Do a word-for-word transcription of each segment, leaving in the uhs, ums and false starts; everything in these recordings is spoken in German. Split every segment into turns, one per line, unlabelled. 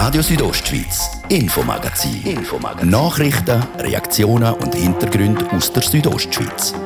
Radio Südostschweiz, Infomagazin. Infomagazin. Nachrichten, Reaktionen und Hintergründe aus der Südostschweiz.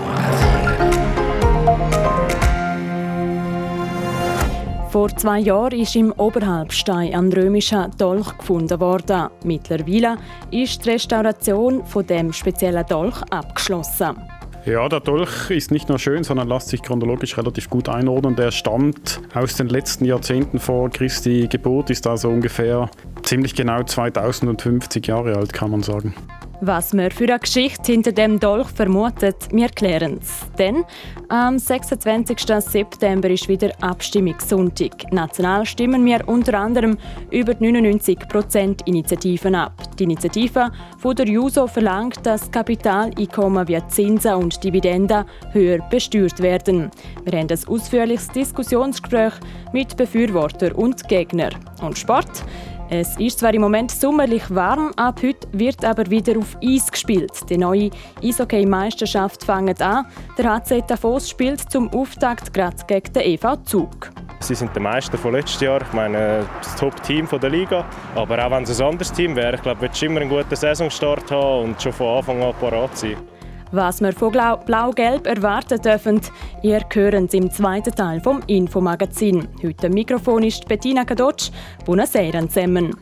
Vor zwei Jahren ist im Oberhalbstein ein römischer Dolch gefunden worden. Mittlerweile ist die Restauration von dem speziellen Dolch abgeschlossen.
Ja, der Dolch ist nicht nur schön, sondern lässt sich chronologisch relativ gut einordnen. Der stammt aus den letzten Jahrzehnten vor Christi Geburt, ist also ungefähr ziemlich genau zweitausendfünfzig Jahre alt, kann man sagen.
Was man für eine Geschichte hinter dem Dolch vermutet, wir klären es. Denn am sechsundzwanzigsten September ist wieder Abstimmungssonntag. National stimmen wir unter anderem über die neunundneunzig Prozent Initiativen ab. Die Initiative von der JUSO verlangt, dass Kapitaleinkommen wie Zinsen und Dividenden höher besteuert werden. Wir haben ein ausführliches Diskussionsgespräch mit Befürwortern und Gegnern. Und Sport? Es ist zwar im Moment sommerlich warm, ab heute wird aber wieder auf Eis gespielt. Die neue Eishockey-Meisterschaft fängt an. Der H C Davos spielt zum Auftakt gerade gegen den E V Zug.
Sie sind der Meister von letztes Jahr, ich meine, das Top-Team der Liga. Aber auch wenn es ein anderes Team wäre, ich glaube, willst du immer einen guten Saisonstart haben und schon von Anfang an parat sein.
Was wir von Blau-Gelb erwarten dürfen, ihr hört es im zweiten Teil vom Infomagazin. Heute am Mikrofon ist Bettina Kadotsch. Buonasera zusammen.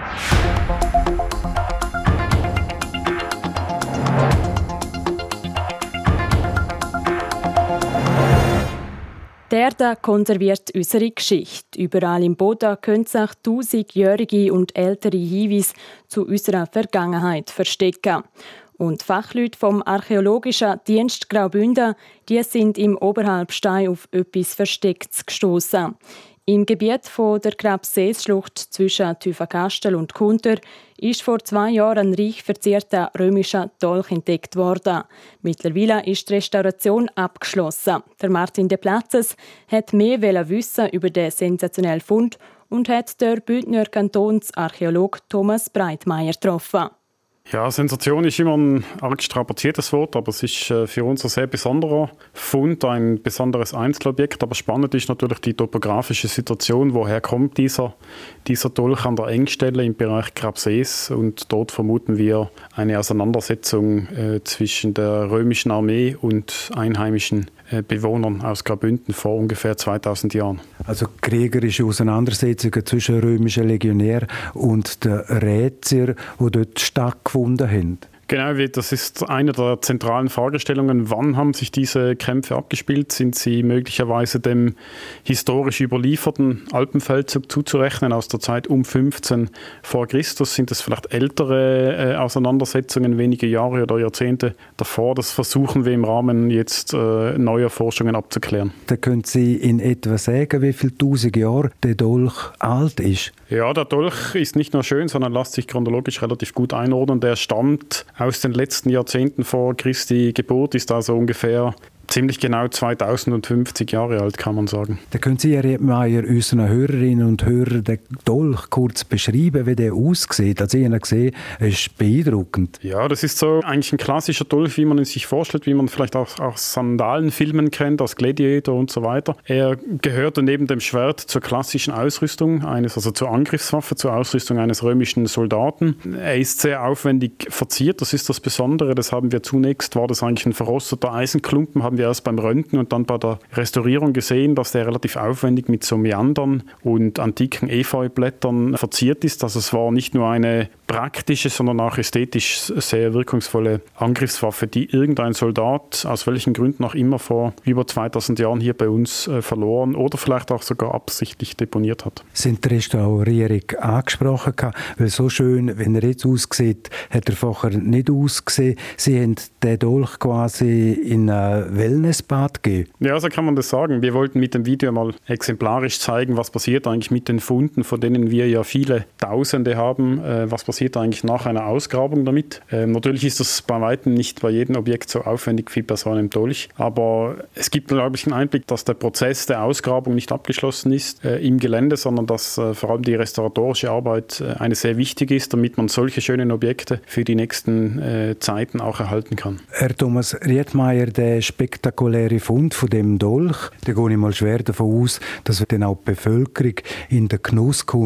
Die Erde konserviert unsere Geschichte. Überall im Boden können sich tausendjährige und ältere Hinweise zu unserer Vergangenheit verstecken. Und Fachleute vom Archäologischen Dienst Graubünden, die sind im Oberhalbstein auf etwas Verstecktes gestoßen. Im Gebiet von der Grabseeschlucht zwischen Tüfenkastel und Kunter ist vor zwei Jahren ein reich verzierter römischer Dolch entdeckt worden. Mittlerweile ist die Restauration abgeschlossen. Der Martin de Platzes hat mehr wissen über den sensationellen Fund und hat der Bündner Kantonsarchäolog Thomas Breitmeier getroffen.
Ja, Sensation ist immer ein arg strapaziertes Wort, aber es ist für uns ein sehr besonderer Fund, ein besonderes Einzelobjekt. Aber spannend ist natürlich die topografische Situation, woher kommt dieser, dieser Dolch an der Engstelle im Bereich Grabsees. Und dort vermuten wir eine Auseinandersetzung äh, zwischen der römischen Armee und einheimischen äh, Bewohnern aus Graubünden vor ungefähr zweitausend Jahren.
Also kriegerische Auseinandersetzungen zwischen römischen Legionären und den Rätiern, die dort stattgefunden haben.
Genau, das ist eine der zentralen Fragestellungen. Wann haben sich diese Kämpfe abgespielt? Sind sie möglicherweise dem historisch überlieferten Alpenfeldzug zuzurechnen aus der Zeit um fünfzehn vor Christus? Sind es vielleicht ältere äh, Auseinandersetzungen, wenige Jahre oder Jahrzehnte davor? Das versuchen wir im Rahmen jetzt äh, neuer Forschungen abzuklären.
Da können Sie in etwa sagen, wie viele tausend Jahre der Dolch alt ist?
Ja, der Dolch ist nicht nur schön, sondern lässt sich chronologisch relativ gut einordnen. Der stammt aus den letzten Jahrzehnten vor Christi Geburt, ist also ungefähr ziemlich genau zweitausendfünfzig Jahre alt, kann man sagen.
Da können Sie, Herr Riedmeier, unseren Hörerinnen und Hörern den Dolch kurz beschreiben, wie der aussieht. Also ich habe ihn gesehen, es ist beeindruckend.
Ja, das ist so eigentlich ein klassischer Dolch, wie man ihn sich vorstellt, wie man vielleicht auch aus Sandalenfilmen kennt, aus Gladiator und so weiter. Er gehörte neben dem Schwert zur klassischen Ausrüstung eines, also zur Angriffswaffe, zur Ausrüstung eines römischen Soldaten. Er ist sehr aufwendig verziert, das ist das Besondere. Das haben wir zunächst, war das eigentlich ein verrosteter Eisenklumpen, haben wir erst beim Röntgen und dann bei der Restaurierung gesehen, dass der relativ aufwendig mit so Meandern und antiken Efeublättern verziert ist. Also es war nicht nur eine praktische, sondern auch ästhetisch sehr wirkungsvolle Angriffswaffe, die irgendein Soldat, aus welchen Gründen auch immer, vor über zweitausend Jahren hier bei uns äh, verloren oder vielleicht auch sogar absichtlich deponiert hat.
Sie haben die Restaurierung angesprochen, weil so schön, wenn er jetzt aussieht, hat er vorher nicht ausgesehen. Sie haben den Dolch quasi in eine Wellnessbad gegeben.
Ja, so kann man das sagen. Wir wollten mit dem Video mal exemplarisch zeigen, was passiert eigentlich mit den Funden, von denen wir ja viele Tausende haben. Äh, was passiert eigentlich nach einer Ausgrabung damit? Ähm, natürlich ist das bei weitem nicht bei jedem Objekt so aufwendig wie bei so einem Dolch, aber es gibt, glaube ich, einen Einblick, dass der Prozess der Ausgrabung nicht abgeschlossen ist äh, im Gelände, sondern dass äh, vor allem die restauratorische Arbeit äh, eine sehr wichtige ist, damit man solche schönen Objekte für die nächsten äh, Zeiten auch erhalten kann.
Herr Thomas Riedmeier, der spektakuläre Fund von dem Dolch, da gehe ich mal schwer davon aus, dass dann auch die Bevölkerung in den Genuss kommt,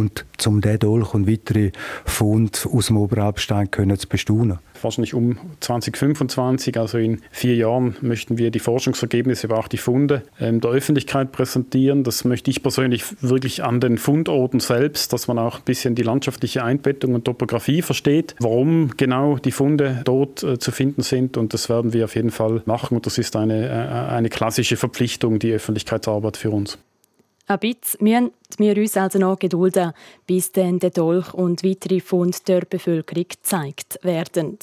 um diesen Dolch und weitere Funde aus dem Oberalpstein zu bestaunen?
Wahrscheinlich um zwanzig fünfundzwanzig, also in vier Jahren, möchten wir die Forschungsergebnisse, aber auch die Funde ähm, der Öffentlichkeit präsentieren. Das möchte ich persönlich wirklich an den Fundorten selbst, dass man auch ein bisschen die landschaftliche Einbettung und Topografie versteht, warum genau die Funde dort äh, zu finden sind. Und das werden wir auf jeden Fall machen. Und das ist eine, äh, eine klassische Verpflichtung, die Öffentlichkeitsarbeit für uns.
Ein bisschen müssen wir uns also noch gedulden, bis dann der Dolch und weitere Funde der Bevölkerung gezeigt werden.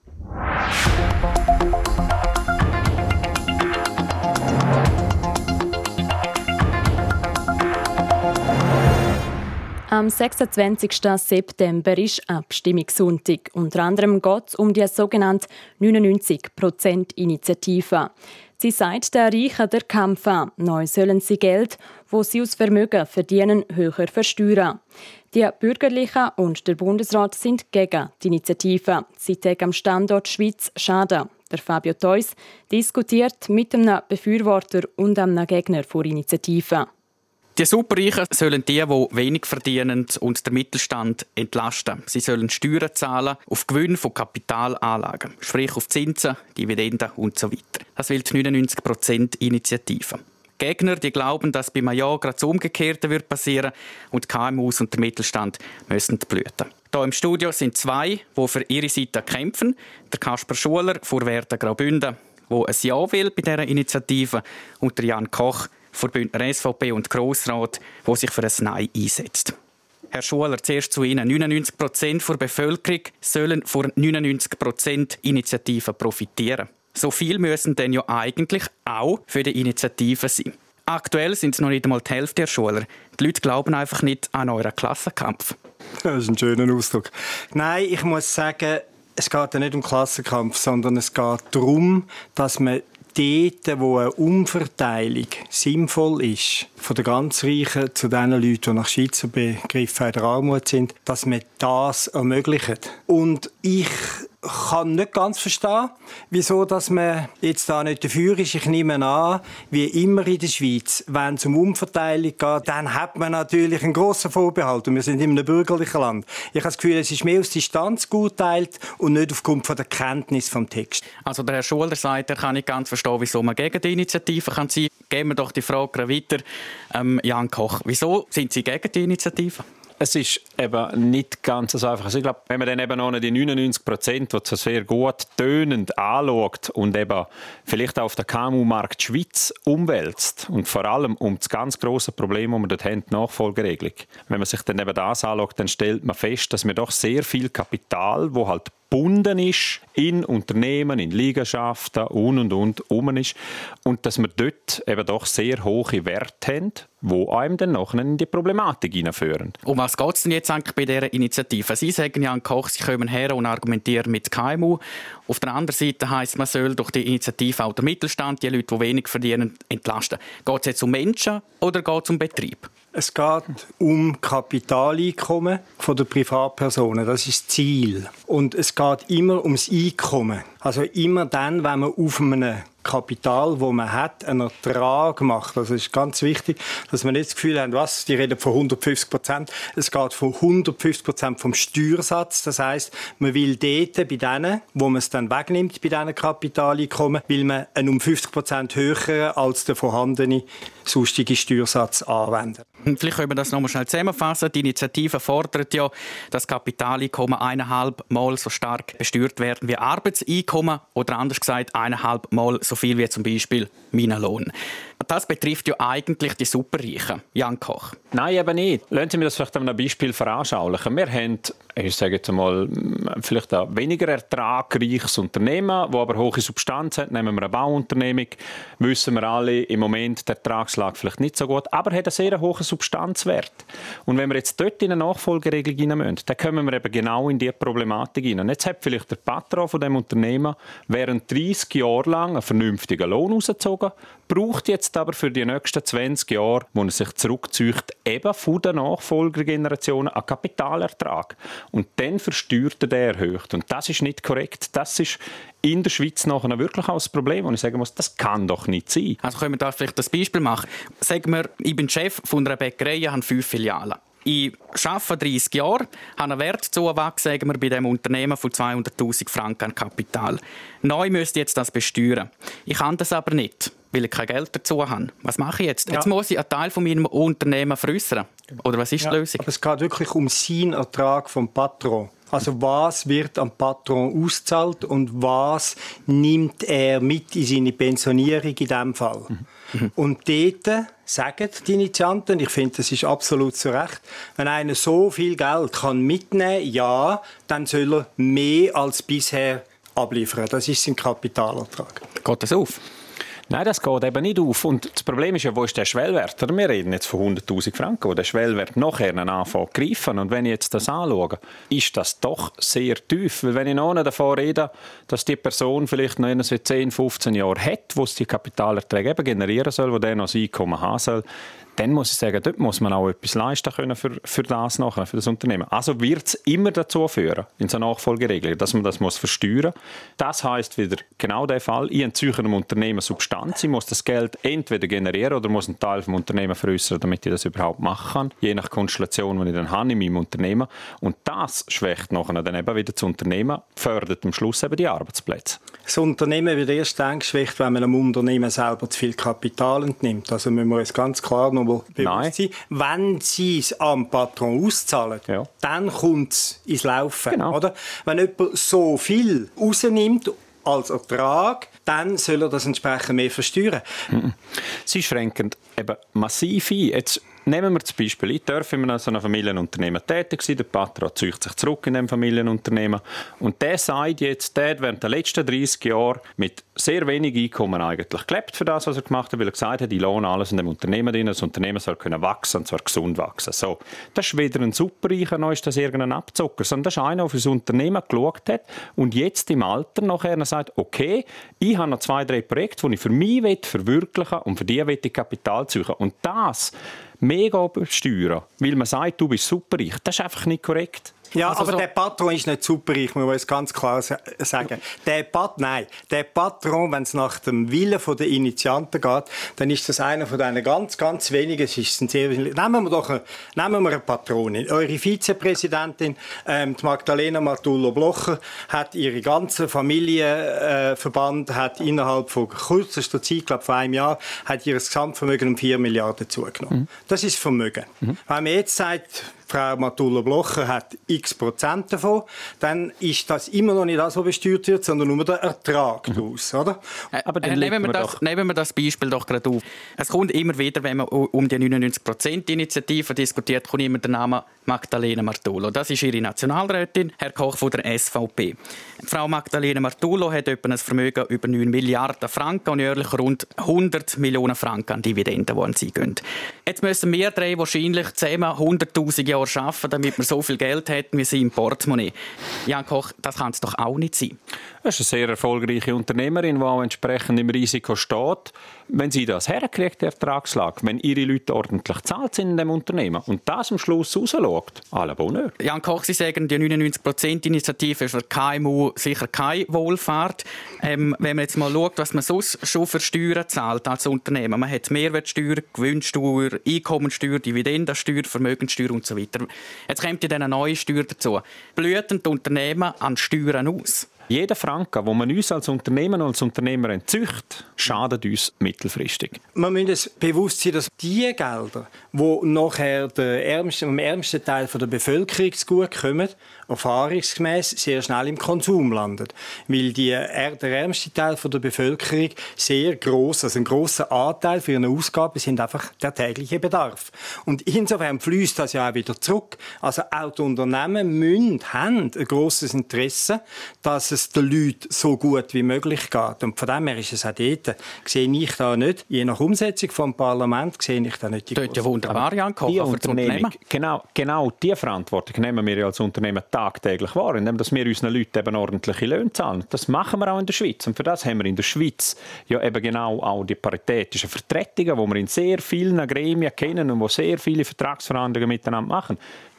Am sechsundzwanzigsten September ist Abstimmungssonntag. Unter anderem geht es um die sogenannte neunundneunzig Prozent Initiative. Sie sagt den Reichen der Kampf an. Neu sollen sie Geld, das sie aus Vermögen verdienen, höher versteuern. Die Bürgerlichen und der Bundesrat sind gegen die Initiative. Sie trägt am Standort Schweiz Schaden. Der Fabio Theus diskutiert mit einem Befürworter und einem Gegner der Initiative.
Die Superreichen sollen die, die wenig verdienen und der Mittelstand entlasten. Sie sollen Steuern zahlen auf Gewinn von Kapitalanlagen, sprich auf Zinsen, Dividenden und so weiter. Das will die neunundneunzig Prozent Initiative. Die Gegner die glauben, dass beim Ja gerade das Umgekehrte wird passieren und die K M Us und der Mittelstand müssen blüten. Hier im Studio sind zwei, die für ihre Seite kämpfen. Der Kasper Schuler von Werden Graubünden, der ein Ja will bei dieser Initiative, und der Jan Koch von Bündner S V P und Grossrat, der sich für ein Nein einsetzt. Herr Schuler, zuerst zu Ihnen. neunundneunzig Prozent der Bevölkerung sollen von neunundneunzig Prozent Initiativen profitieren. So viel müssen denn ja eigentlich auch für die Initiative sein. Aktuell sind es noch nicht einmal die Hälfte der Schuler. Die Leute glauben einfach nicht an euren Klassenkampf.
Das ist ein schöner Ausdruck. Nein, ich muss sagen, es geht ja nicht um Klassenkampf, sondern es geht darum, dass man dort, wo eine Umverteilung sinnvoll ist, von den ganz Reichen zu den Leuten, die nach Schweizer Begriffen in der Armut sind, dass man das ermöglicht. Und ich kann nicht ganz verstehen, wieso dass man jetzt da nicht dafür ist. Ich nehme an, wie immer in der Schweiz, wenn es um Umverteilung geht, dann hat man natürlich einen grossen Vorbehalt. Und wir sind in einem bürgerlichen Land. Ich habe das Gefühl, es ist mehr aus Distanz geurteilt und nicht aufgrund von der Kenntnis vom Text.
Also der Herr Schuler sagt, er kann nicht ganz verstehen, wieso man gegen die Initiative kann sein. Geben wir doch die Frage weiter. Ähm, Jan Koch, wieso sind Sie gegen die Initiative?
Es ist eben nicht ganz so einfach. Also ich glaube, wenn man dann eben noch die neunundneunzig Prozent, die so sehr gut tönend anschaut und eben vielleicht auch auf den K M U-Markt Schweiz umwälzt und vor allem um das ganz grosse Problem, das wir dort haben, die Nachfolgeregelung. Wenn man sich dann eben das anschaut, dann stellt man fest, dass wir doch sehr viel Kapital, das halt gebunden ist in Unternehmen, in Liegenschaften und und und um ist und dass wir dort eben doch sehr hohe Werte haben, die einem dann nachher in die Problematik hineinführen.
Um was geht es denn jetzt eigentlich bei dieser Initiative? Sie sagen, Jan Koch, Sie kommen her und argumentieren mit K M U. Auf der anderen Seite heisst, man soll durch die Initiative auch den Mittelstand, die Leute, die wenig verdienen, entlasten. Geht es jetzt um Menschen oder geht es um Betrieb?
Es geht um Kapitaleinkommen von der Privatpersonen. Das ist das Ziel. Und es geht immer ums Einkommen. Also immer dann, wenn man auf einem Kapital, das man hat, einen Ertrag macht. Also es ist ganz wichtig, dass man nicht das Gefühl hat, was, die reden von hundertfünfzig Prozent. Es geht von hundertfünfzig Prozent vom Steuersatz. Das heisst, man will dort bei denen, wo man es dann wegnimmt, bei diesen Kapitaleinkommen, will man einen um fünfzig Prozent höheren als der vorhandene sonstige Steuersatz anwenden.
Vielleicht können wir das noch mal schnell zusammenfassen. Die Initiative fordert ja, dass Kapitaleinkommen eineinhalb Mal so stark besteuert werden wie Arbeitseinkommen oder anders gesagt eineinhalb Mal so viel wie zum Beispiel mein Lohn. Das betrifft ja eigentlich die Superreichen. Jan Koch.
Nein, eben nicht. Lassen Sie mir das vielleicht an einem Beispiel veranschaulichen. Wir haben, ich sage jetzt einmal, vielleicht ein weniger ertragreiches Unternehmen, das aber hohe Substanz hat. Nehmen wir eine Bauunternehmung. Wissen wir alle, im Moment der Ertragslage vielleicht nicht so gut, aber hat einen sehr hohen Substanzwert. Und wenn wir jetzt dort in eine Nachfolgeregelung hinein müssen, dann kommen wir eben genau in diese Problematik hinein. Jetzt hat vielleicht der Patron von dem Unternehmen während dreißig Jahren lang einen vernünftigen Lohn rausgezogen, braucht jetzt aber für die nächsten zwanzig Jahre, wo er sich zurückzieht, eben von den Nachfolgergenerationen einen Kapitalertrag. Und dann versteuert er den erhöht. Und das ist nicht korrekt. Das ist in der Schweiz nachher wirklich auch das Problem. Und ich sagen muss, das kann doch nicht sein.
Also können wir da vielleicht das Beispiel machen. Sagen wir, ich bin Chef von einer Bäckerei, habe fünf Filialen. Ich arbeite dreißig Jahre, habe einen Wertzuwachs, sagen wir, bei diesem Unternehmen von zweihunderttausend Franken an Kapital. Neu müsste ich jetzt das besteuern. Ich kann das aber nicht, weil ich kein Geld dazu habe. Was mache ich jetzt? Ja. Jetzt muss ich einen Teil von meinem Unternehmen veräussern. Oder was ist ja, die Lösung?
Aber es geht wirklich um seinen Ertrag vom Patron. Also was wird am Patron ausgezahlt und was nimmt er mit in seine Pensionierung in diesem Fall. Mhm. Und dort sagen die Initianten, ich finde, das ist absolut zu Recht, wenn einer so viel Geld kann mitnehmen kann, ja, dann soll er mehr als bisher abliefern. Das ist sein Kapitalertrag.
Geht das auf?
Nein, das geht eben nicht auf. Und das Problem ist ja, wo ist der Schwellwert? Wir reden jetzt von hunderttausend Franken, wo der Schwellwert nachher anfängt zu greifen. Und wenn ich jetzt das anschaue, ist das doch sehr tief. Weil wenn ich noch davon rede, dass die Person vielleicht noch zehn, fünfzehn Jahre hat, wo es die Kapitalerträge eben generieren soll, wo der noch ein Einkommen haben soll, dann muss ich sagen, dort muss man auch etwas leisten können für, für das nachher, für das Unternehmen. Also wird es immer dazu führen, in so Nachfolgeregelung, dass man das muss versteuern muss. Das heisst wieder genau der Fall, ich entziehe einem Unternehmen Substanz, ich muss das Geld entweder generieren oder muss einen Teil vom Unternehmen veräußern, damit ich das überhaupt machen kann, je nach Konstellation, die ich dann habe in meinem Unternehmen. Und das schwächt nachher dann eben wieder das Unternehmen, fördert am Schluss eben die Arbeitsplätze.
Das Unternehmen wird erst dann geschwächt, wenn man einem Unternehmen selber zu viel Kapital entnimmt. Also müssen wir uns ganz klar noch mal bewusst sein, wenn sie es am Patron auszahlen, ja, dann kommt es ins Laufen. Genau. Oder? Wenn jemand so viel rausnimmt als Ertrag, dann soll er das entsprechend mehr versteuern.
Sie schränken eben massiv ein. Jetzt nehmen wir das Beispiel. Ich darf in einem so einem Familienunternehmen tätig sein. Der Patron zieht sich zurück in diesem Familienunternehmen. Und der sagt jetzt, der hat während der letzten dreißig Jahre mit sehr wenig Einkommen eigentlich gelebt für das, was er gemacht hat, weil er gesagt hat, ich lohne alles in dem Unternehmen drin. Das Unternehmen soll können wachsen, und zwar gesund wachsen. So. Das ist weder ein Superreicher, noch ist das irgendein Abzocker, sondern das ist einer, der für das Unternehmen geschaut hat und jetzt im Alter nachher sagt, okay, ich habe noch zwei, drei Projekte, die ich für mich verwirklichen will und für die will ich Kapital ziehen. Und das mega besteuern, weil man sagt, du bist superreich. Das ist einfach nicht korrekt.
Ja,
also
aber
so.
Der Patron ist nicht superreich, muss man es ganz klar sagen. Der Pat, nein, der Patron, wenn es nach dem Willen der Initianten geht, dann ist das einer von denen ganz, ganz wenigen. Es ist ein sehr, nehmen wir doch eine, nehmen wir eine Patronin. Eure Vizepräsidentin, ähm, die Magdalena Martullo-Blocher, hat ihre ganze Familienverband, äh, hat innerhalb von kürzester Zeit, glaube von einem Jahr, hat ihr Gesamtvermögen um vier Milliarden zugenommen. Mhm. Das ist Vermögen. Mhm. Wenn man jetzt sagt, Frau Martullo-Blocher hat x Prozent davon, dann ist das immer noch nicht das, was besteuert wird, sondern nur der Ertrag daraus, oder?
Aber dann nehmen wir, das, nehmen wir das Beispiel doch gerade auf. Es kommt immer wieder, wenn man um die neunundneunzig Prozent Initiative diskutiert, kommt immer der Name Magdalena Martullo. Das ist ihre Nationalrätin, Herr Koch von der S V P. Frau Magdalena Martullo hat etwa ein Vermögen über neun Milliarden Franken und jährlich rund hundert Millionen Franken an Dividenden, die an sie gehen. Jetzt müssen wir drei wahrscheinlich zusammen hunderttausend Jahre arbeiten, damit wir so viel Geld hätten wie sie im Portemonnaie. Jan Koch, das kann es doch auch nicht sein.
Das ist eine sehr erfolgreiche Unternehmerin, die auch entsprechend im Risiko steht. Wenn sie das herkriegt, der Ertragslage, wenn ihre Leute ordentlich zahlt sind in dem Unternehmen und das am Schluss rausschaut, à la bonheur.
Jan Koch, Sie sagen, die neunundneunzig Prozent Initiative ist für K M U sicher keine Wohlfahrt. Ähm, wenn man jetzt mal schaut, was man sonst schon für Steuern zahlt als Unternehmen. Man hat Mehrwertsteuer, Gewinnsteuer, Einkommensteuer, Dividendensteuer, Vermögenssteuer und so weiter. Jetzt kommt ja dann eine neue Steuer dazu. Blühen die Unternehmen an Steuern aus?
Jeder Franken, den man uns als Unternehmen und als Unternehmer entzieht, schadet uns mittelfristig.
Man muss es bewusst sein, dass die Gelder, die nachher der ärmsten, dem ärmsten Teil der Bevölkerung zugutekommen, erfahrungsgemäß sehr schnell im Konsum landen. Weil die, der ärmste Teil der Bevölkerung sehr gross, also ein grosser Anteil für eine Ausgabe sind einfach der tägliche Bedarf. Und insofern fließt das ja auch wieder zurück. Also auch die Unternehmen müssen, haben ein grosses Interesse, dass es den Leuten so gut wie möglich geht. Und von dem her ist es auch dort, sehe ich da nicht, je nach Umsetzung vom Parlament, sehe ich da nicht die
grosse. Ja wunderbar, Jan Koch,
die Unternehmung, genau, genau diese Verantwortung nehmen wir ja als Unternehmen tagtäglich wahr, indem wir unseren Leuten eben ordentliche Löhne zahlen. Das machen wir auch in der Schweiz. Und für das haben wir in der Schweiz ja eben genau auch die paritätischen Vertretungen, die wir in sehr vielen Gremien kennen und wo sehr viele Vertragsverhandlungen miteinander machen.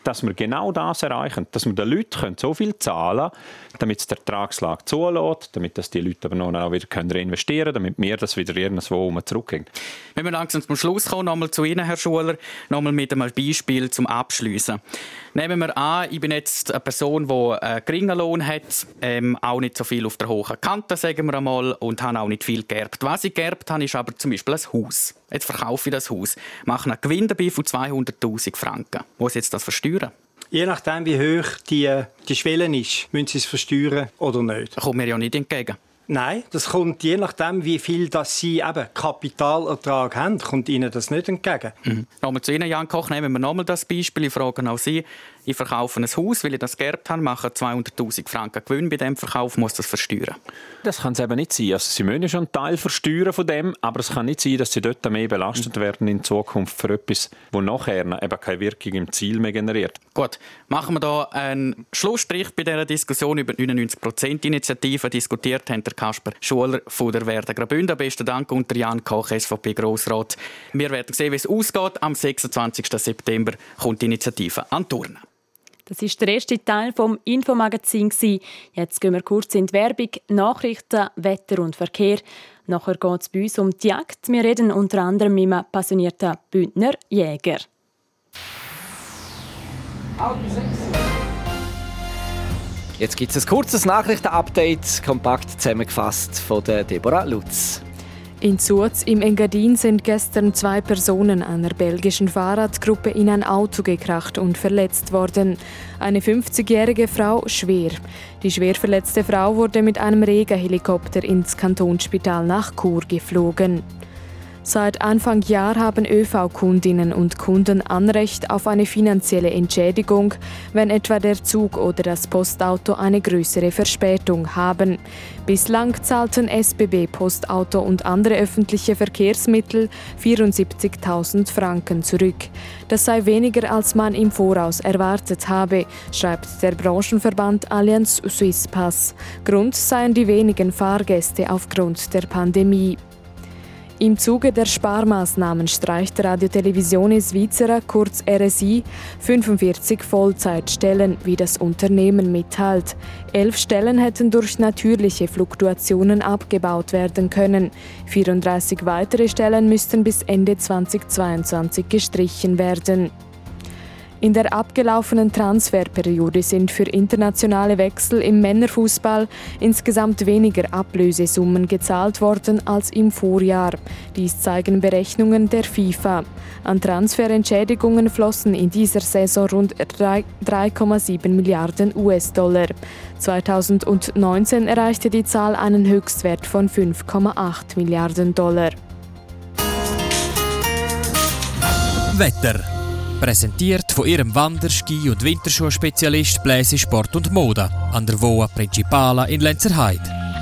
dass wir genau das erreichen, dass wir den Leuten so viel zahlen können, damit es die Ertragslage zulässt, damit das die Leute aber noch wieder reinvestieren können, damit wir das wieder irgendwo zurückgehen.
Wenn wir langsam zum Schluss kommen, nochmal zu Ihnen, Herr Schuler, nochmal mit einem Beispiel zum Abschliessen. Nehmen wir an, ich bin jetzt eine Person, die einen geringen Lohn hat, ähm, auch nicht so viel auf der hohen Kante, sagen wir einmal, und habe auch nicht viel geerbt. Was ich geerbt habe, ist aber zum Beispiel ein Haus. Jetzt verkaufe ich das Haus, mache einen Gewinn dabei von zweihunderttausend Franken. Muss ich jetzt das versteuern?
Je nachdem, wie hoch die, die Schwelle ist, müssen Sie es versteuern oder nicht.
Das kommt mir ja nicht entgegen.
Nein, das kommt je nachdem, wie viel das Sie eben Kapitalertrag haben, kommt Ihnen das nicht entgegen.
Mhm. Nochmal zu Ihnen, Jan Koch, nehmen wir nochmal das Beispiel. Ich frage auch Sie, ich verkaufe ein Haus, weil ich das geerbt habe, mache zweihunderttausend Franken Gewinn bei diesem Verkauf, muss das versteuern?
Das kann es eben nicht sein. Also Sie müssen schon einen Teil versteuern von dem, aber es kann nicht sein, dass Sie dort mehr belastet werden in Zukunft für etwas, das nachher eben keine Wirkung im Ziel mehr generiert.
Gut, machen wir da einen Schlussstrich bei dieser Diskussion über die neunundneunzig Prozent Initiative. Diskutiert haben der Kasper Schuler von der Werder Graubünden. Besten Dank unter Jan Koch, S V P-Grossrat. Wir werden sehen, wie es ausgeht. Am sechsundzwanzigsten September kommt die Initiative an die Turnen.
Das ist der erste Teil vom Infomagazin. Jetzt gehen wir kurz in die Werbung, Nachrichten, Wetter und Verkehr. Nachher geht es bei uns um die Jagd. Wir reden unter anderem mit einem passionierten Bündner Jäger.
Jetzt gibt es ein kurzes Nachrichtenupdate, kompakt zusammengefasst von der Deborah Lutz.
In Zurz im Engadin sind gestern zwei Personen einer belgischen Fahrradgruppe in ein Auto gekracht und verletzt worden. Eine fünfzigjährige Frau schwer. Die schwer verletzte Frau wurde mit einem Rega-Helikopter ins Kantonsspital nach Chur geflogen. Seit Anfang Jahr haben ÖV-Kundinnen und Kunden Anrecht auf eine finanzielle Entschädigung, wenn etwa der Zug oder das Postauto eine größere Verspätung haben. Bislang zahlten S B B, Postauto und andere öffentliche Verkehrsmittel vierundsiebzigtausend Franken zurück. Das sei weniger, als man im Voraus erwartet habe, schreibt der Branchenverband Allianz Suisse Pass. Grund seien die wenigen Fahrgäste aufgrund der Pandemie. Im Zuge der Sparmaßnahmen streicht Radio Televisione Svizzera, kurz R S I, fünfundvierzig Vollzeitstellen, wie das Unternehmen mitteilt. Elf Stellen hätten durch natürliche Fluktuationen abgebaut werden können. vierunddreißig weitere Stellen müssten bis Ende zweitausendzweiundzwanzig gestrichen werden. In der abgelaufenen Transferperiode sind für internationale Wechsel im Männerfußball insgesamt weniger Ablösesummen gezahlt worden als im Vorjahr. Dies zeigen Berechnungen der FIFA. An Transferentschädigungen flossen in dieser Saison rund drei Komma sieben Milliarden U S-Dollar. zweitausendneunzehn erreichte die Zahl einen Höchstwert von fünf Komma acht Milliarden Dollar.
Wetter. Präsentiert von ihrem Wander-, Ski- und Winterschuhspezialist Bläse Sport und Mode an der Voa Principala in Lenzerheide.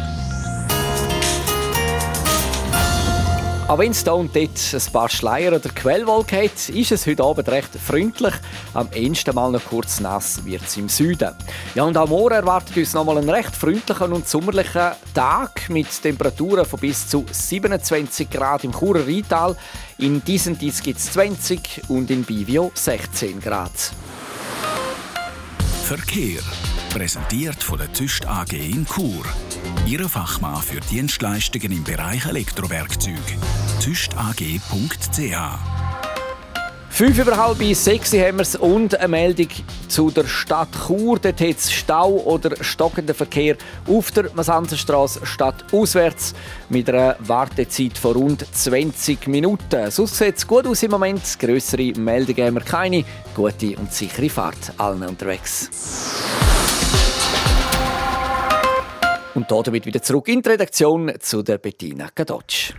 Auch wenn es hier und dort ein paar Schleier oder Quellwolken hat, ist es heute Abend recht freundlich. Am ehesten mal noch kurz nass wird es im Süden. Ja, und am Morgen erwartet uns noch mal einen recht freundlichen und sommerlichen Tag mit Temperaturen von bis zu siebenundzwanzig Grad im Churer Rheintal. In Disentis gibt es zwanzig und in Bivio sechzehn Grad.
Verkehr. Präsentiert von der Züst A G in Chur. Ihre Fachmann für Dienstleistungen im Bereich Elektrowerkzeug. züst a g punkt c h.
Fünf über halb sechs haben wir es und eine Meldung zu der Stadt Chur. Dort hat es Stau oder stockenden Verkehr auf der Masanzerstraße stadtauswärts mit einer Wartezeit von rund zwanzig Minuten. Sonst sieht es gut aus im Moment. Grössere Meldungen haben wir keine. Gute und sichere Fahrt allen unterwegs. Und damit wieder zurück in die Redaktion zu der Bettina Gadotsch.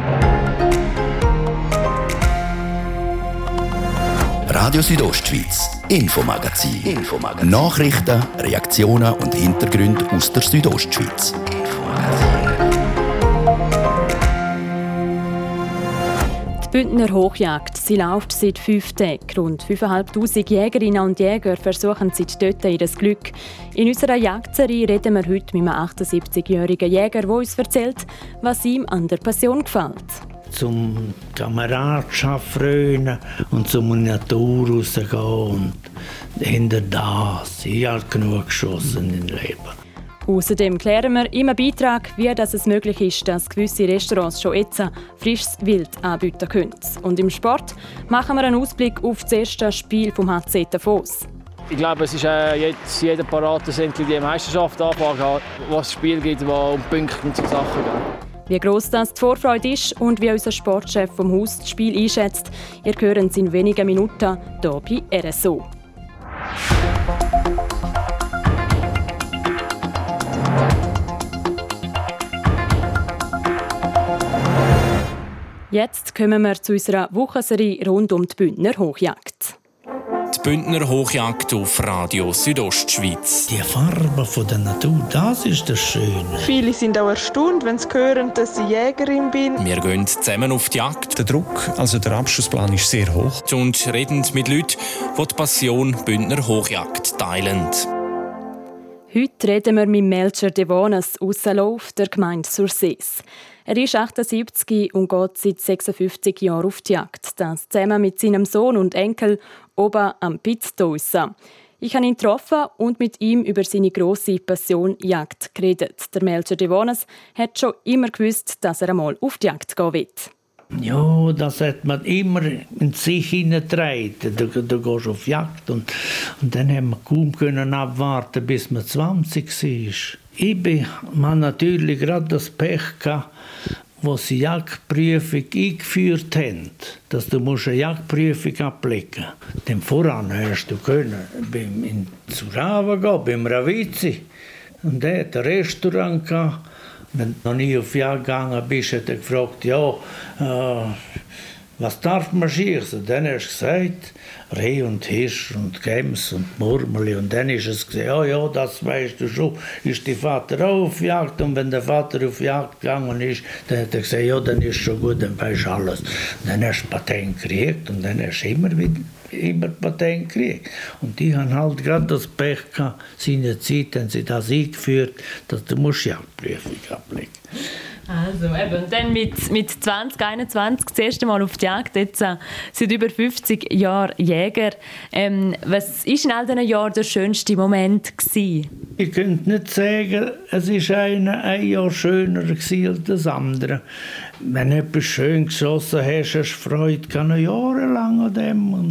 Radio Südostschweiz, Infomagazin. Infomagazin. Nachrichten, Reaktionen und Hintergründe aus der Südostschweiz.
Die Bündner Hochjagd, sie läuft seit fünf Tagen. Rund fünftausendfünfhundert Jägerinnen und Jäger versuchen seit dort ihr Glück. In unserer Jagdserie reden wir heute mit einem achtundsiebzigjährigen Jäger, der uns erzählt, was ihm an der Passion gefällt.
zum Kameradschaft frönen und zum Natur rausgehen und hinter das. Ich habe genug geschossen im Leben.
Außerdem klären wir im Beitrag, wie das es möglich ist, dass gewisse Restaurants schon jetzt frisches Wild anbieten können. Und im Sport machen wir einen Ausblick auf das erste Spiel vom H C Davos.
Ich glaube, es ist äh, jetzt jeder parat, dass endlich die Meisterschaft anfangen, was es Spiel gibt, wo um Punkte und so Sachen geht.
Wie gross das die Vorfreude ist und wie unser Sportchef vom Haus das Spiel einschätzt, ihr hört es in wenigen Minuten hier bei R S O. Jetzt kommen wir zu unserer Wochenserie rund um die Bündner Hochjagd.
Die Bündner Hochjagd auf Radio Südostschweiz.
Die Farbe von der Natur, das ist das Schöne.
Viele sind auch erstaunt, wenn sie hören, dass ich Jägerin bin.
Wir gehen zusammen auf die Jagd.
Der Druck, also der Abschussplan, ist sehr hoch.
Und reden mit Leuten, die die Passion Bündner Hochjagd teilen.
Heute reden wir mit Melcher Devones aus Lauf der Gemeinde Sursees. Er ist achtundsiebzig und geht seit sechsundfünfzig Jahren auf die Jagd. Das zusammen mit seinem Sohn und Enkel oben am Pitzdossen. Ich habe ihn getroffen und mit ihm über seine grosse Passion Jagd geredet. Der Melcher Devones hat schon immer gewusst, dass er einmal auf die Jagd gehen will.
Ja, das hat man immer in sich hineingetragen. Du, du gehst auf Jagd und, und dann haben wir kaum können abwarten, bis man zwanzig war. Ich bin, man natürlich gerade das Pech gehabt, wo sie Jagdprüfung eingeführt haben, dass du musst eine Jagdprüfung ablegen musst. Denn voran hast du können beim in Zurawa gehen, beim Ravizzi. Und der hat ein Restaurant gehabt. Wenn du noch nie auf Jagd gegangen bist, hat er gefragt, ja, äh, was darf man schießen? Dann hast du gesagt, Reh und Hirsch und Gäms und Murmeli. Und dann ist es gesagt, ja, ja, das weißt du schon, ist der Vater auch auf Jagd. Und wenn der Vater auf Jagd gegangen ist, dann hat er gesagt, ja, dann ist schon gut, dann weißt du alles. Und dann hast du Patent gekriegt und dann hast du immer wieder immer Patent gekriegt. Und die haben halt gerade das Pech gehabt, seine Zeit haben sie das eingeführt, dass du musst Jagdprüfung ablegen.
Also eben, und dann mit, mit zwanzig einundzwanzig das erste Mal auf die Jagd, jetzt äh, seit über fünfzig Jahren Jäger. Ähm, was war in all diesen Jahren der schönste Moment gewesen?
Ich könnte nicht sagen, es war eine, ein Jahr schöner als das andere. Wenn du etwas schön geschossen hast, hast du Freude gehabt, jahrelang an dem. Und,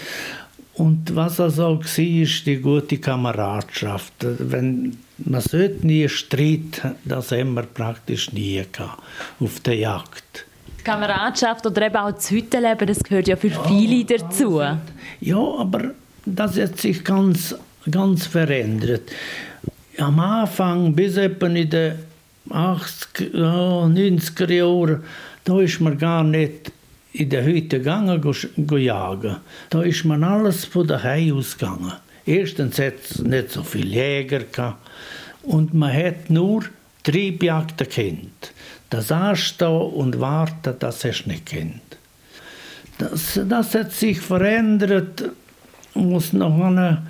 und was also war, ist die gute Kameradschaft. Wenn, man sollte nie Streit, das haben wir praktisch nie gehabt, auf der Jagd.
Die Kameradschaft oder eben auch das Hüttenleben, das gehört ja für viele dazu.
Ja, aber das hat sich ganz, ganz verändert. Am Anfang, bis etwa in den achtziger, neunziger Jahren, da ist man gar nicht in der Hütte gegangen, go jagen. Da ist man alles von daheim ausgegangen. Erstens hat es nicht so viele Jäger gehabt. Und man hat nur Triebjagden gekannt. Das Anstehen und Warten, das hast du nicht gekannt. Das, das hat sich verändert. Muss noch eine,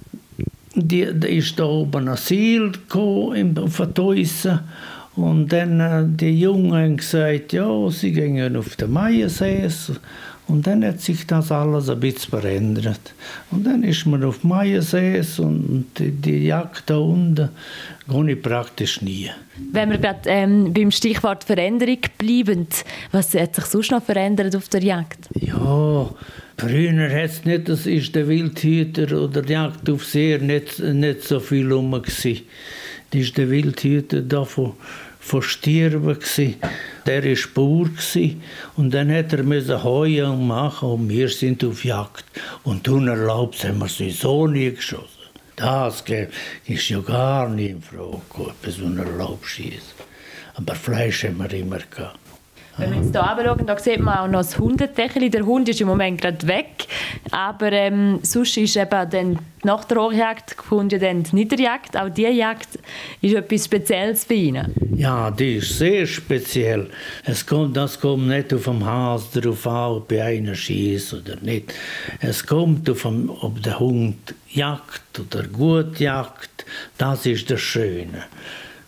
die, die ist da oben ein Asyl gekommen, auf der Teusse. Und dann äh, die Jungen haben gesagt, ja, sie gehen auf den Maiensees. Und dann hat sich das alles ein bisschen verändert. Und dann ist man auf Maiensees und die, die Jagd da unten gehe ich praktisch nie.
Wenn wir gerade ähm, beim Stichwort Veränderung bleiben, was hat sich sonst noch verändert auf der Jagd?
Ja, früher hat es nicht, das ist der Wildhüter oder der Jagdaufseher nicht, nicht so viel rum gewesen. Das ist der Wildhüter da von von Stirben gsi. Der war Bauer gsi. Und dann hat er müssen heuen und machen und wir sind auf Jagd. Und unerlaubt haben wir sowieso nie geschossen. Das ist ja gar nicht in Frage, etwas unerlaubt schießen. Aber Fleisch haben wir immer gehabt.
Wenn wir jetzt hier runterschauen, da sieht man auch noch das Hundetecheli. Der Hund ist im Moment gerade weg. Aber ähm, sonst ist eben dann nach der Hochjagd kommt ja dann die Niederjagd. Auch diese Jagd ist etwas Spezielles für ihn.
Ja, die ist sehr speziell. Es kommt, das kommt nicht auf den Hase darauf an, ob einer schießt oder nicht. Es kommt auf den, ob der Hund jagt oder gut jagt. Das ist das Schöne.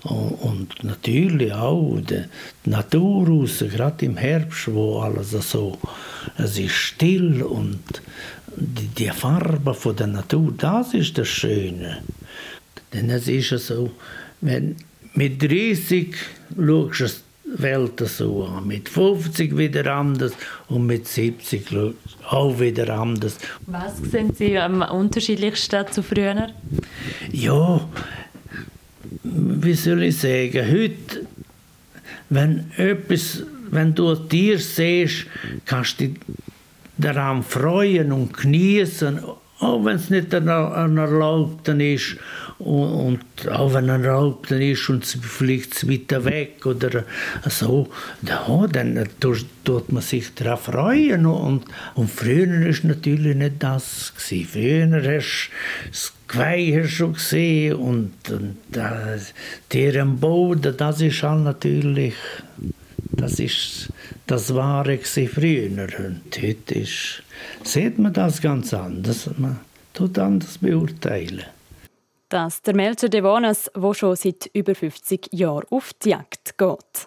Und natürlich auch die Natur raus, gerade im Herbst, wo alles so, es ist still und die, die Farbe von der Natur, das ist das Schöne. Denn es ist so, wenn mit dreißig schaust du die Welt so an, mit fünfzig wieder anders und mit siebzig auch wieder anders.
Was sehen Sie am unterschiedlichsten zu früher?
Ja, wie soll ich sagen, heute, wenn, etwas, wenn du ein Tier siehst, kannst du dich daran freuen und genießen, auch wenn es nicht ein, ein Erlaubten ist und, und auch wenn ein Erlaubten ist und vielleicht zu weit weg oder so, ja, dann tut, tut man sich daran freuen. Und, und früher war natürlich nicht das gewesen. Früher hast du das Geweih schon gesehen und, und das Tier am Boden, das ist halt natürlich, das ist das Wahre früher. Und heute ist, sieht man das ganz anders. Man tut anders beurteilen.
Das der Melzer Devonas, der schon seit über fünfzig Jahren auf die Jagd geht.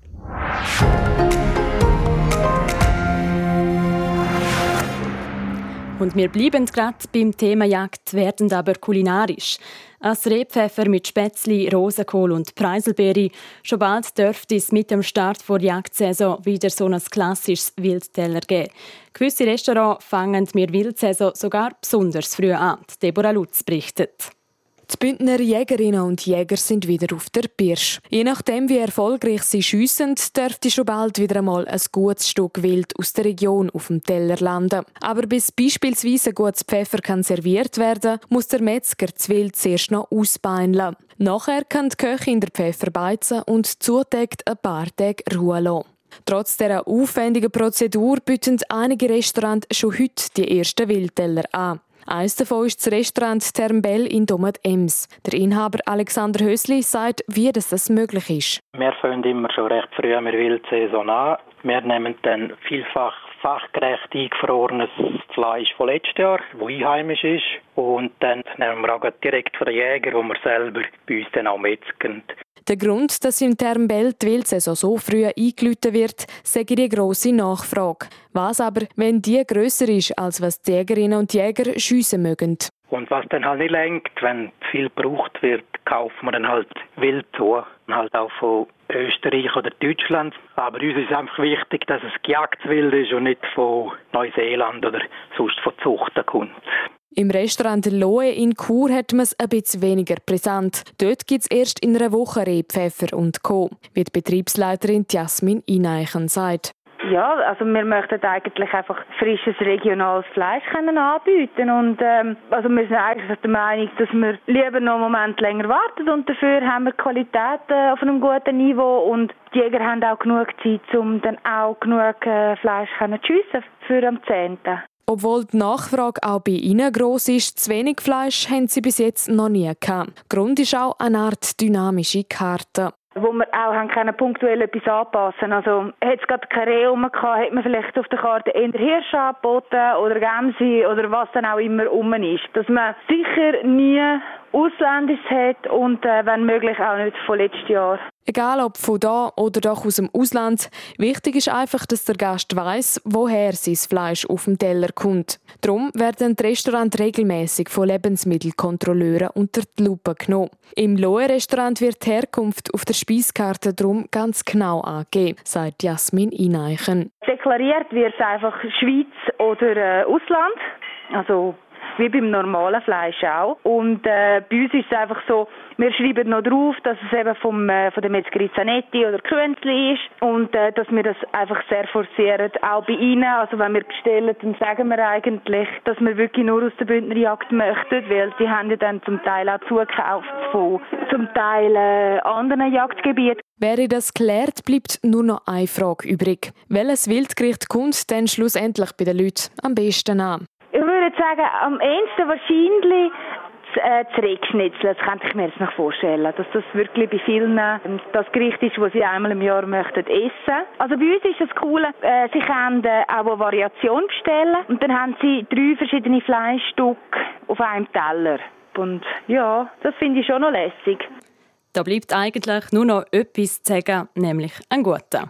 Und wir bleiben gerade beim Thema Jagd, werden aber kulinarisch. Als Rehpfeffer mit Spätzli, Rosenkohl und Preiselbeere. Schon bald dürfte es mit dem Start der Jagdsaison wieder so ein klassisches Wildteller geben. Gewisse Restaurants fangen mit Wildsaison sogar besonders früh an. Deborah Lutz berichtet.
Die Bündner Jägerinnen und Jäger sind wieder auf der Pirsch. Je nachdem, wie erfolgreich sie schiessen, dürfte schon bald wieder einmal ein gutes Stück Wild aus der Region auf dem Teller landen. Aber bis beispielsweise ein gutes Pfeffer kann serviert werden, muss der Metzger das Wild zuerst noch ausbeineln. Nachher kann die Köchin den Pfeffer beizen und zutagt ein paar Tage Ruhe lassen. Trotz dieser aufwendigen Prozedur bieten einige Restaurants schon heute die ersten Wildteller an. Eines davon ist das Restaurant Termbell in Domat-Ems. Der Inhaber Alexander Hösli sagt, wie das, das möglich ist.
Wir fangen immer schon recht früh mit Wildsaison an. Wir nehmen dann vielfach fachgerecht eingefrorenes Fleisch von letztes Jahr, das einheimisch ist. Und dann nehmen wir auch direkt von den Jägern, wo wir selber bei uns dann auch metzgen.
Der Grund, dass im Termbell die Wildsaison so früh eingeläutet wird, sei die grosse Nachfrage. Was aber, wenn die grösser ist, als was die Jägerinnen und Jäger schiessen mögen?
Und was dann halt nicht lenkt, wenn viel gebraucht wird, kaufen wir dann halt Wild zu. Halt auch von Österreich oder Deutschland. Aber uns ist einfach wichtig, dass es gejagtes Wild ist und nicht von Neuseeland oder sonst von Zuchten kommt.
Im Restaurant Loe in Chur hat man es ein bisschen weniger brisant. Dort gibt es erst in einer Woche Rehpfeffer und Co., wie die Betriebsleiterin Jasmin Ineichen sagt.
Ja, also wir möchten eigentlich einfach frisches regionales Fleisch können anbieten und ähm, also wir sind eigentlich der Meinung, dass wir lieber noch einen Moment länger warten und dafür haben wir Qualität äh, auf einem guten Niveau und die Jäger haben auch genug Zeit, um dann auch genug äh, Fleisch zu schiessen für am zehnten
Obwohl die Nachfrage auch bei ihnen gross ist, zu wenig Fleisch haben sie bis jetzt noch nie gehabt. Grund ist auch eine Art dynamische Karte.
Wo wir auch haben können punktuell etwas anpassen. Also hat es gerade keine Rehe rum gehabt, hat man vielleicht auf der Karte eher Hirsch angeboten oder Gämse oder was dann auch immer rum ist. Dass man sicher nie Ausländisch hat und äh, wenn möglich auch nicht von letztes Jahr.
Egal ob von da oder doch aus dem Ausland, wichtig ist einfach, dass der Gast weiss, woher sein Fleisch auf dem Teller kommt. Darum werden die Restaurants regelmäßig von Lebensmittelkontrolleuren unter die Lupe genommen. Im Loe-Restaurant wird die Herkunft auf der Speiskarte darum ganz genau angegeben, sagt Jasmin Ineichen.
Deklariert wird einfach Schweiz oder äh, Ausland, also wie beim normalen Fleisch auch. Und äh, bei uns ist es einfach so, wir schreiben noch drauf, dass es eben vom, äh, von der Metzgerei Zanetti oder Künzli ist und äh, dass wir das einfach sehr forcieren, auch bei ihnen. Also wenn wir bestellen, dann sagen wir eigentlich, dass wir wirklich nur aus der Bündner Jagd möchten, weil sie haben ja dann zum Teil auch zugekauft von zum Teil äh, anderen Jagdgebieten.
Wäre das geklärt, bleibt nur noch eine Frage übrig. Welches Wildgericht kommt denn schlussendlich bei den Leuten am besten an?
Ich würde sagen, am ehesten wahrscheinlich das, äh, das Rehschnitzel. Das könnte ich mir jetzt noch vorstellen, dass das wirklich bei vielen äh, das Gericht ist, das sie einmal im Jahr möchten essen. Also bei uns ist das Coole, äh, sie können äh, auch eine Variation bestellen und dann haben sie drei verschiedene Fleischstücke auf einem Teller. Und ja, das finde ich schon noch lässig.
Da bleibt eigentlich nur noch etwas zu sagen, nämlich ein guter.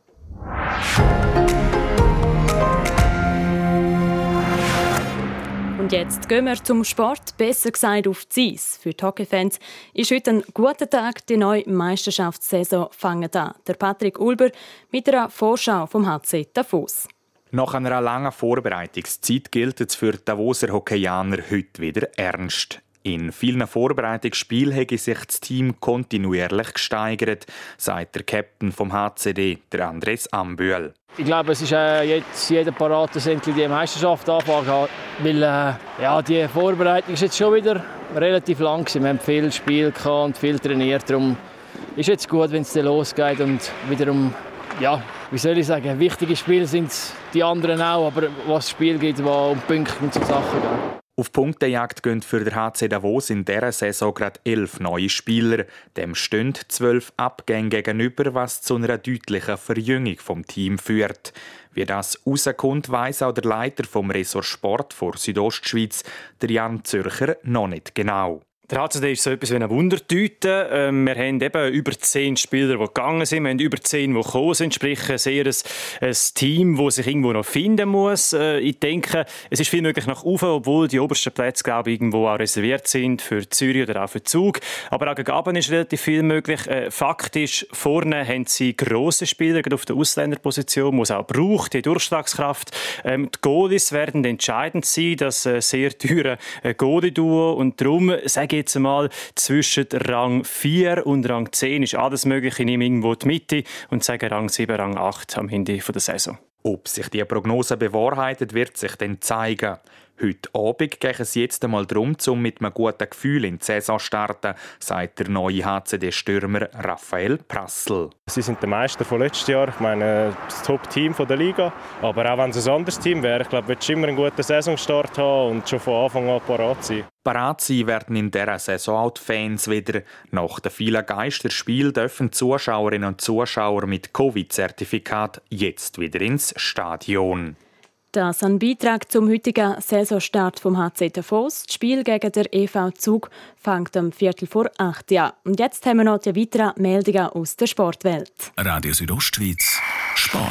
Und jetzt gehen wir zum Sport, besser gesagt auf die Eis. Für die Hockeyfans ist heute ein guter Tag, die neue Meisterschaftssaison fängt an. Der Patrick Ulber mit einer Vorschau vom H C Davos.
Nach einer langen Vorbereitungszeit gilt es für die Davoser Hockeyaner heute wieder ernst. In vielen Vorbereitungsspielen habe sich das Team kontinuierlich gesteigert, sagt der Captain vom H C D, der Andres Ambühl.
Ich glaube, es ist äh, jetzt jeder parat, dass endlich die Meisterschaft anfangen kann. Weil äh, ja, die Vorbereitung ist jetzt schon wieder relativ lang gewesen. Wir haben viel Spiel und viel trainiert. Darum ist jetzt gut, wenn es dann losgeht und wiederum, ja, wie soll ich sagen, wichtige Spiele sind die anderen auch, aber was es Spiel gibt, wo um Punkte und so Sachen gehen.
Auf Punktejagd gehen für den H C Davos in dieser Saison gerade elf neue Spieler. Dem stehen zwölf Abgänge gegenüber, was zu einer deutlichen Verjüngung vom Team führt. Wie das rauskommt, weiss auch der Leiter vom Ressort Sport vor Südostschweiz, der Jan Zürcher, noch nicht genau.
Der H C D ist so etwas wie eine Wundertüte. Wir haben eben über zehn Spieler, die gegangen sind. Wir haben über zehn, die gekommen sind. Sprich, ein sehr ein, ein Team, das sich irgendwo noch finden muss. Ich denke, es ist viel möglich nach oben, obwohl die obersten Plätze, glaube ich, irgendwo auch reserviert sind für Zürich oder auch für Zug. Aber auch gegen Abend ist relativ viel möglich. Faktisch, vorne haben sie grosse Spieler, gerade auf der Ausländerposition, die es auch braucht, die Durchschlagskraft. Die Goalies werden entscheidend sein, das sehr teure Goalie-Duo. Und darum sage ich jetzt einmal, zwischen Rang vier und Rang zehn ist alles möglich. Ich nehme irgendwo die Mitte und sage Rang sieben, Rang acht am Ende der Saison.
Ob sich die Prognose bewahrheitet, wird sich dann zeigen. Heute Abend geht es jetzt einmal darum, um mit einem guten Gefühl in die Saison zu starten, sagt der neue H C D-Stürmer Raphael Prassl.
Sie sind der Meister von letztes Jahr. Ich meine, das Top-Team der Liga. Aber auch wenn es ein anderes Team wäre, ich glaube, willst du immer einen guten Saisonstart haben und schon von Anfang an parat sein.
Parat sein werden in dieser Saison auch die Fans wieder. Nach den vielen Geisterspielen dürfen Zuschauerinnen und Zuschauer mit Covid-Zertifikat jetzt wieder ins Stadion.
Das ein Beitrag zum heutigen Saisonstart vom H C Davos. Das Spiel gegen der E V Zug fängt am Viertel vor acht an. Und jetzt haben wir noch die weiteren Meldungen aus der Sportwelt.
Radio Südostschweiz, Sport.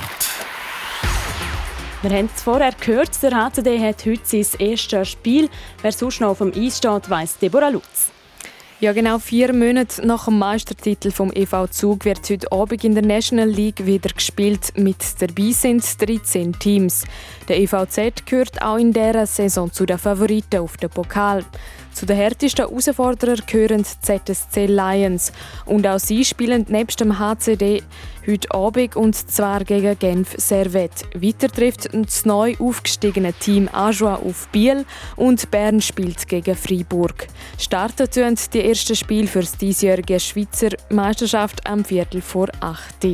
Wir haben es vorher gehört, der H C D hat heute sein erstes Spiel. Wer sonst noch auf dem Eis steht, weiss Deborah Lutz.
Ja, genau vier Monate nach dem Meistertitel vom E V Zug wird heute Abend in der National League wieder gespielt. Mit dabei sind dreizehn Teams. Der E V Z gehört auch in dieser Saison zu den Favoriten auf den Pokal. Zu den härtesten Herausforderern gehören die Z S C Lions. Und auch sie spielen nebst dem H C D heute Abend und zwar gegen Genf Servette. Weiter trifft das neu aufgestiegene Team Ajoie auf Biel und Bern spielt gegen Freiburg. Starten tun die ersten Spiele für die diesjährige Schweizer Meisterschaft am Viertel vor acht.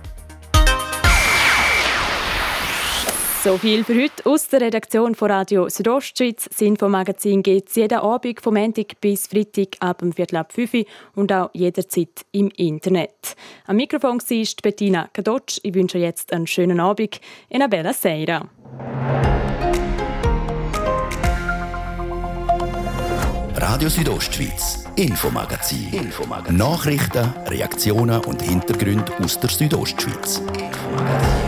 So viel für heute aus der Redaktion von Radio Südostschweiz. Das Infomagazin gibt es jeden Abend vom Montag bis Freitag ab dem Viertel ab fünf und auch jederzeit im Internet. Am Mikrofon war Bettina Kadotsch. Ich wünsche jetzt einen schönen Abend. Una bella sera.
Radio Südostschweiz, Infomagazin. Infomagazin. Nachrichten, Reaktionen und Hintergründe aus der Südostschweiz. Infomagazin.